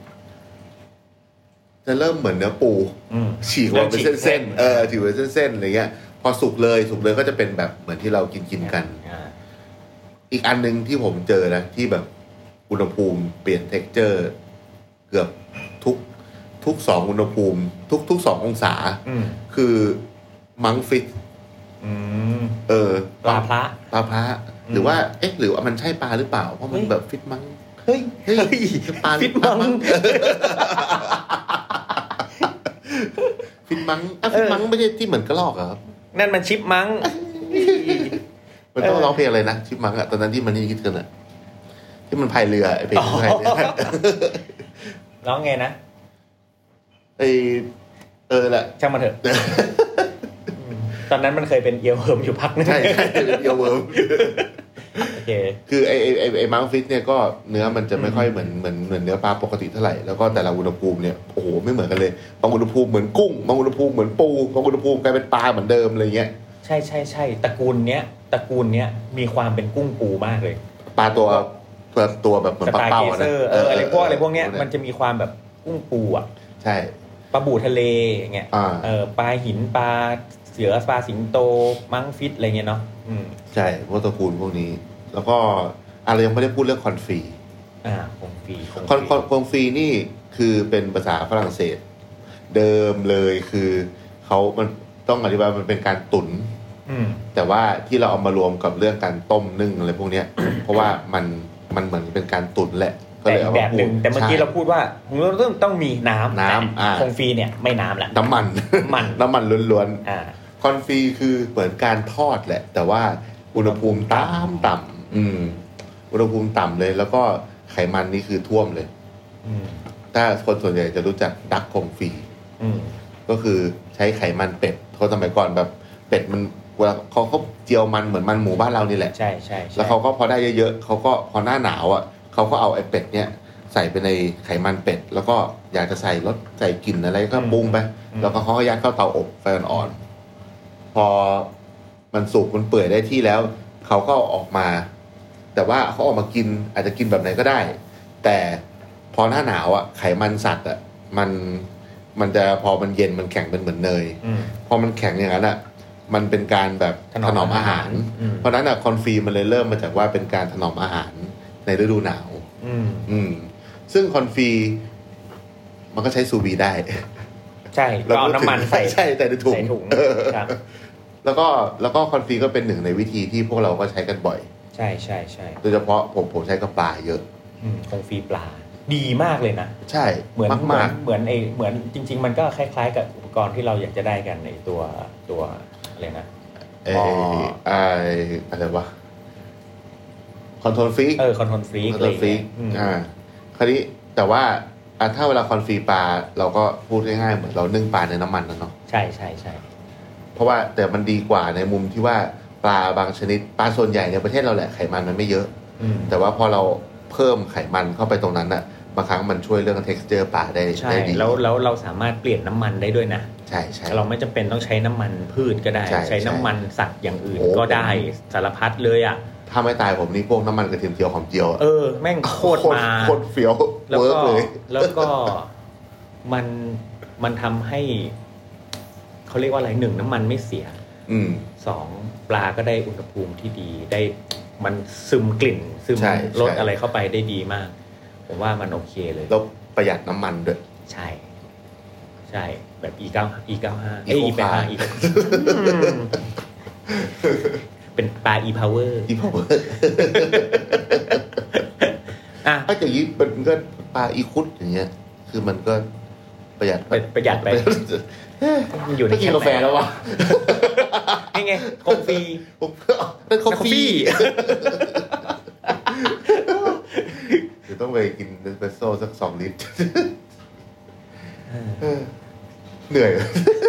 จะเริ่มเหมือนเนื้อปูฉีกออกเป็นเส้นๆเออฉีกเป็นเส้นๆอะไรเงี้ยพอสุกเลยสุกเลยก็จะเป็นแบบเหมือนที่เรากินกินกันอีกอันนึงที่ผมเจอนะที่แบบอุณหภูมิเปลี่ยนเท็กเจอร์เกือบทุกทุกสองอุณหภูมิทุกทุกสององศาคือมังฟิชเออปลาพระปลาพระหรือว่าเอ๊ะหรือว่ามันใช่ปลาหรือเปล่าเพราะมันแบบฟิชมังเฮ้ยเฮ้ยปลาฟิชมังฟิชมังอ่ะฟิชมังไม่ใช่ที่เหมือนกระรอกเหรอครับนั่นมันชิปมังมันต้องร้องเพลงอะไรนะชิปมังอะตอนนั้นที่มันนี่คิดกันอะที่มันพายเรือไอเพลงพายเรือร้องไงนะไอเออแหละช่างมันเถอะตอนนั้นมันเคยเป็นเอียวเวิร์มอยู่พักนึงใช่ใช่เป็นเอียวเวิร์มโอเคคือไอไอไอมังฟิชเนี่ยก็เนื้อมันจะไม่ค่อยเหมือนเหมือนเหมือนเนื้อปลาปกติเท่าไหร่แล้วก็แต่ละอุณหภูมิเนี่ยโอ้โหไม่เหมือนกันเลยบางอุณหภูมิเหมือนกุ้งบางอุณหภูมิเหมือนปูบางอุณหภูมิกลายเป็นปลาเหมือนเดิมอะไรเงี้ยใช่ใช่ใช่ตระกูลเนี้ยตระกูลเนี้ยมีความเป็นกุ้งปูมากเลยปลาตัวตัวตัวแบบเหมือนปลาเป้านะเอออะไรพวกอะไรพวกเนี้ยมันจะมีความแบบกุ้งปูอ่ะใช่ปลาบูทะเลอย่างเงี้ยเออปลาหินปลาเสือปลาสิงโตมังฟิชอะไรเงี้ยเนาะอืมใช่พวกตระกูลพวกนี้แล้วก็อะไรยังไม่ได้พูดเรื่องคอนฟีอ่าคอนฟีคอนคอนฟีนี่คือเป็นภาษาฝรั่งเศสเดิมเลยคือเขามันต้องอธิบายมันเป็นการตุ๋นแต่ว่าที่เราเอามารวมกับเรื่องการต้มนึ่งอะไรพวกนี้ เพราะว่ามันมันเหมือนเป็นการตุ๋นแหละก็เลยเอาแบบนึงแต่เมื่อกี้เราพูดว่าเราต้องต้องมีน้ำน้ำคอนฟีเนี่ยไม่น้ำละน้ำมันน้ำมันน้ำมันล้วนๆคอนฟีคือเหมือนการทอดแหละแต่ว่าอุณหภูมิต่ำต่ำอืมอุณหภูมิต่ำเลยแล้วก็ไขมันนี่คือท่วมเลยถ้าคนส่วนใหญ่จะรู้จักดักคงฟีก็คือใช้ไขมันเป็ดเขาสมัยก่อนแบบเป็ดมันเวลาเขาเขาเจียวมันเหมือนมันหมูบ้านเรานี่แหละใช่ใช่แล้วเขาก็พอได้เยอะๆเขาก็พอหน้าหนาวอ่ะเขาก็เอาไอ้เป็ดเนี้ยใส่ไปในไขมันเป็ดแล้วก็อยากจะใส่รสใส่กลิ่นอะไรก็ปรุงไปแล้วก็เขาก็ยัดเข้าเตาอบไฟอ่อนๆพอมันสุกมันเปื่อยได้ที่แล้วเขาก็ออกมาแต่ว่าเขาออกมากินอาจจะกินแบบไหนก็ได้แต่พอหน้าหนาวอ่ะไขมันสัตว์อ่ะมันมันจะพอมันเย็นมันแข็งเป็นเหมือนเนยพอมันแข็งอย่างนั้นอ่ะมันเป็นการแบบถนอมอาหารเพราะนั้นอ่ะคอนฟีมันเลยเริ่มมาจากว่าเป็นการถนอมอาหารในฤดูหนาวอืมซึ่งคอนฟีมันก็ใช้ซูบีได้ใช่ก็เอาน้ำมันใส่ใช่แต่ในถุงแล้วก็แล้วก็คอนฟีก็เป็นหนึ่งในวิธีที่พวกเราก็ใช้กันบ่อยใช่ใช่ใช่โดยเฉพาะผมผมใช้กับปลาเยอะคอนฟีปลาดีมากเลยนะใช่เหมือนเหมือมาน กเหมือนไอเหมือนจริงๆมันก็คล้ายๆกับอุปกรณ์ที่เราอยากจะได้กันในตัวตัวอะไรนะเออไออะไรวะคอนโทรลฟรีกเออคอนโทรลฟรีกคอนโทรลฟรีกอ่าคราวนี้แต่ว่าอ่ะถ้าเวลาคอนฟรีปลาเราก็พูดง่ายๆเหมือนเรานึ่งปลาในน้ำมันนะเนาะใช่ใช่ใช่เพราะว่าแต่มันดีกว่าในมุมที่ว่าปลาบางชนิดปลาส่วนใหญ่ในประเทศเราแหละไขมันมันไม่เยอะแต่ว่าพอเราเพิ่มไขมันเข้าไปตรงนั้นน่ะบางครั้งมันช่วยเรื่อง texture ปลาได้ได้ดีแล้วแล้วเราสามารถเปลี่ยนน้ำมันได้ด้วยนะใช่ใช่เราไม่จำเป็นต้องใช้น้ำมันพืชก็ได้ใช้น้ำมันสัตว์อย่างอื่นก็ได้สารพัดเลยอ่ะถ้าไม่ตายผมนี่พวกน้ำมันกระเทียมเจียวหอมเจียวเออแม่งโคตรมาโคตรเฟี้ยวเวิร์กเลยแล้วก็มันมันทำให้เขาเรียกว่าอะไรหนึ่งน้ำมันไม่เสียสองปลาก็ได้อุณหภูมิที่ดีได้มันซึมกลิ่นซึมรสอะไรเข้าไปได้ดีมากผมว่ามันโอเคเลยแล้วประหยัดน้ำมันด้วยใช่ใช่แบบ อี เก้า อี เก้าสิบห้า เอ้ย อี แปดสิบห้า อี เป็นปลา E power E power อ่ะถ้าอย่างนี้มันก็ปลาอีคุดอย่างเงี้ยคือมันก็ประหยัดประหยัดไปอยู่ในกินกาแฟแล้ววะนี่ไงกาแฟเป็นกาแฟเดี๋ยวต้องไปกินเอสเปรสโซ่สักสองลิตรเหนื่อย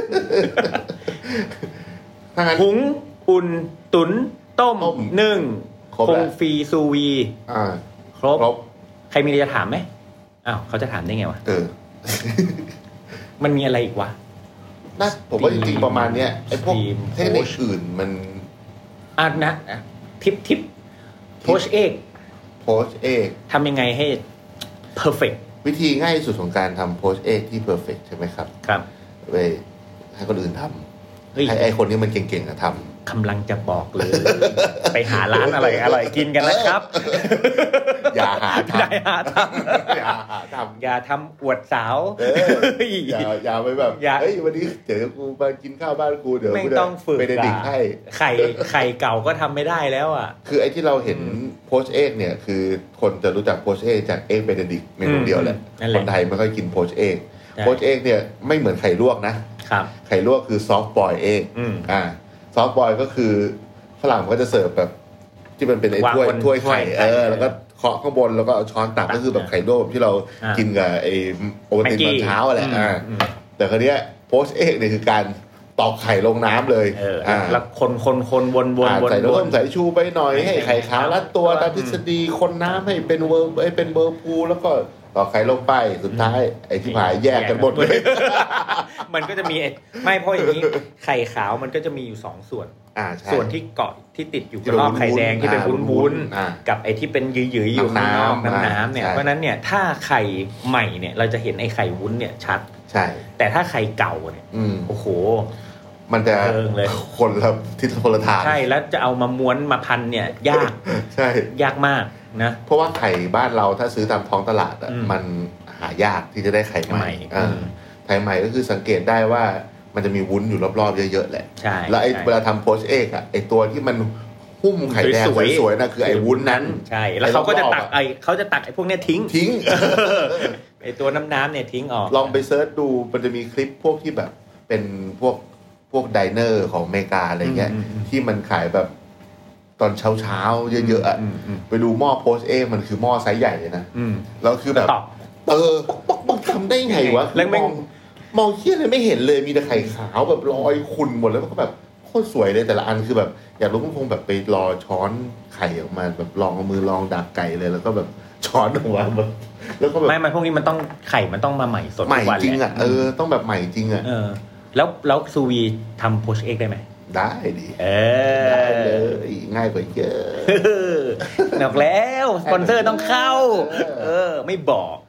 หุงอุ่นตุ๋นต้มนึ่งคงฟรีซูวีครบใครมีอะไรจะถามไหมอ้าวเขาจะถามได้ไงวะเออมันมีอะไรอีกวะน่าผมว่าจริงๆประมาณเนี้ยไอ้พวกเทคนิคอื่นมันอ่ะนะทิปทิปโพชเอกโพชเอกทำยังไงให้ perfect วิธีง่ายที่สุดของการทำโพชเอกที่ perfect ใช่ไหมครับครับไปให้คนอื่นทำให้ไอ้คนนี้มันเก่งๆอะทำกำลังจะบอกเลยไปหาร้านอะไรอร่อยกินกันนะครับอย่าหาทำอย่าหาทำอย่าหาทำอย่าทำอวดสาวอย่าอย่าไปแบบเฮ้ยวันนี้เดี๋ยวกูมากินข้าวบ้านกูเดี๋ยวกูจะไปเด็กให้ไข่ไข่เก่าก็ทำไม่ได้แล้วอ่ะคือไอ้ที่เราเห็นโพชเอกเนี่ยคือคนจะรู้จักโพชเอกจากเอกเบเนดิกเมนูเดียวแหละคนไทยไม่ค่อยกินโพชเอกโพชเอกเนี่ยไม่เหมือนไข่ลวกนะครับไข่ลวกคือซอฟต์บอยเอกอ่าซอฟต์บอยก็คือฝรั่งก็จะเสิร์ฟแบบที่มันเป็นไอ้ถ้วยถ้วยไข่เออแล้วก็เคาะข้างบนแล้วก็เอาช้อนตักก็คือแบบไข่ลวกที่เรากินกับไอ้โอวัลตินตอนเช้าอะไรอ่าแต่คราวนี้โพชเอกเนี่ยคือการตอกไข่ลงน้ำเลยอ่าแล้วคนคนคนวนวนวนใส่น้ำส้มใส่ชูไปหน่อยให้ไข่ขาวรัดตัวตามทฤษฎีคนน้ำให้เป็นเวอร์ให้เป็นเวอร์พูลแล้วก็ต่อไข่ลงไปสุดท้ายไอ้ที่หายแยกกันหมดเลยมันก็จะมีไม่เพราะอย่างนี้ไข่ขาวมันก็จะมีอยู่สองส่วนส่วนที่เกาะที่ติดอยู่รอบไข่แดงที่เป็นวุ้นๆกับไอ้ที่เป็นยืยๆอยู่ข้างนอกน้ำๆเนี่ยเพราะนั้นเนี่ยถ้าไข่ใหม่เนี่ยเราจะเห็นไอ้ไข่วุ้นเนี่ยชัดใช่แต่ถ้าไข่เก่าเนี่ยโอ้โหมันจะคนละทิศคนละทางใช่แล้วจะเอามาม้วนมาพันเนี่ยยากใช่ยากมากนะเพราะว่าไข่บ้านเราถ้าซื้อตามท้องตลาดอ่ะมันหายากที่จะได้ไข่ใหม่ไข่ใหม่ก็คือสังเกตได้ว่ามันจะมีวุ้นอยู่รอบๆเยอะๆแหละใช่แล้วไอ้เวลาทำโพชเอกอ่ะไอ้ตัวที่มันหุ้มไข่แดงสวยๆนะคือไอ้วุ้นนั้นใช่แล้วเขาก็จะตักไอ้เขาจะตักไอ้พวกเนี้ยทิ้งทิ้งไอ้ตัวน้ำๆเนี่ยทิ้งออกลองไปเซิร์ชดูมันจะมีคลิปพวกที่แบบเป็นพวกพวกไดเนอร์ของอเมริกาอะไรเงี้ยที่มันขายแบบตอนเช้าๆเยอะๆอ่ะไปดูหม้อโพชเอกมันคือหม้อไซส์ใหญ่เลยนะแล้วคือแบบเออมึงทำได้ไงวะแล้วมองมองเหี้ยเลยไม่เห็นเลยมีแต่ไข่ขาวแบบลอยขุ่นหมดแล้วก็แบบโคตรสวยเลยแต่ละอันคือแบบอยากรู้คงแบบไปรอช้อนไข่ออกมาแบบลองเอามือลองดักไก่เลยแล้วก็แบบช้อนออกมาแบบแล้วก็แบบไม่ไม่พวกนี้มันต้องไข่มันต้องมาใหม่สดใหม่จริงอ่ะเออต้องแบบใหม่จริงอ่ะเออแล้วแล้วซูวีทำโพชเอ็กได้ไหมได้ดิเออได้เลยง่ายกว่าเยอะบอกแล้วสปอนเซอร์ต้องเข้าเออไม่บอก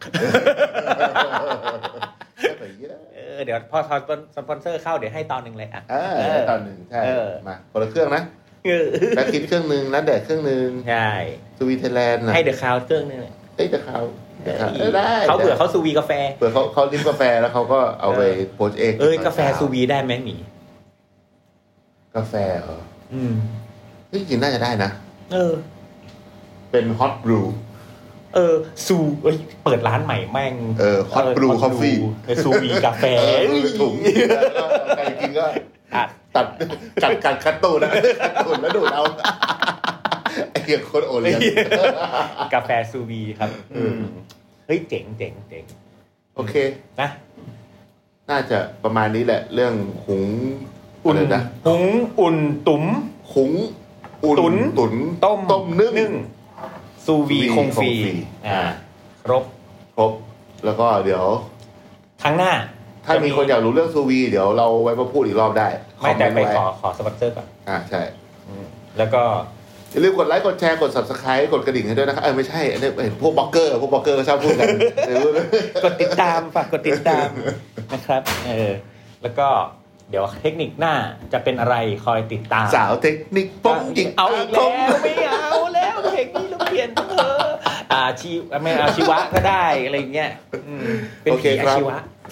เออเดี๋ยวพอสปอนเซอร์เข้าเดี๋ยวให้ตอนหนึ่งเลยอ่ะเออตอนหนึ่งใช่มาคนละเครื่องนะแล้วคิดเครื่องนึงแล้วแดดเครื่องนึงใช่ซูวีไทยแลนด์ให้เดอะคาวเครื่องนึงเอ้ยเดอะคาวได้เขาเผื่อเขาซูวีกาแฟเผื่อเขาเขาลิ้มกาแฟแล้วเขาก็เอาไปโพสเองเอ้ยกาแฟซูวีได้ไหมหมีกาแฟเหรออืมจริงๆน่าจะได้นะเออเป็นฮอตบรูเออซูเอ้ยเปิดร้านใหม่แม่งเออ Hot Brew Coffee ซูวีกาแฟถุงใครกินก็ตัดกัดกัดคัตตูนนะคัตตูนแล้วดูดเอาไอ้เหี้ยโคตรโอเลี้ยงกาแฟซูวีครับเฮ้ยเจ๋งเจ๋งเจ๋งโอเคนะน่าจะประมาณนี้แหละเรื่องหุงอุ่นนะหุงอุ่นตุ๋มหุงอุ่นตุ๋นตุ๋นต้มต้มนึ่งซูวีคงฟรีอ่าครบครบแล้วก็เดี๋ยวครั้งหน้าถ้ามีคนอยากรู้เรื่องซูวีเดี๋ยวเราไว้มาพูดอีกรอบได้ไม่แต่ไปขอขอสปอนเซอร์ก่อนอ่าใช่แล้วก็อย่าลืมกดไลค์กดแชร์กด Subscribe กดกระดิ่งให้ด้วยนะครับเออไม่ใช่อันนี้พวกบล็อกเกอร์พวกบล็อกเกอร์ชอบพูดกันกดติดตามฝากกดติดตามนะครับเออแล้วก็เดี๋ยวเทคนิคหน้าจะเป็นอะไรคอยติดตามสาวเทคนิคป้องหญิงเอาแล้วไม่เอาแล้วเทคนิคเราเปลี่ยนเถอะอาชีวไม่อาชีวะก็ได้อะไรเงี้ยเป็นผีอาชีวะ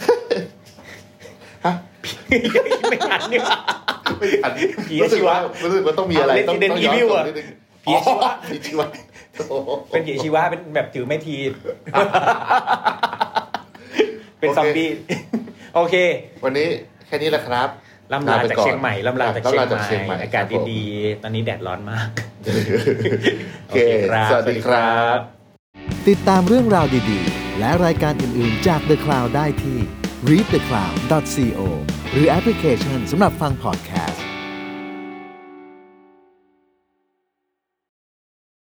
ฮะไม่ทันนี่หว่าไม่ทันผีอาชีวะรู้สึกว่าต้องมีอะไรต้องต้องย้อนกลับนิดนึงผีอาชีวะผีอาชีวะเป็นผีอาชีวะเป็นแบบถือไม่ทีเป็นซอมบี้โอเควันนี้แค่นี้แหละครับล่ำลาจากเชียงใหม่ล่ำลาจากเชียงใหม่อากาศดีๆตอนนี้แดดร้อนมากโอเคสวัสดีครับติดตามเรื่องราวดีๆและรายการอื่นๆจาก The Cloud ได้ที่ รีด เดอะ คลาวด์ ดอท ซี โอ หรือแอปพลิเคชันสำหรับฟังพอดแค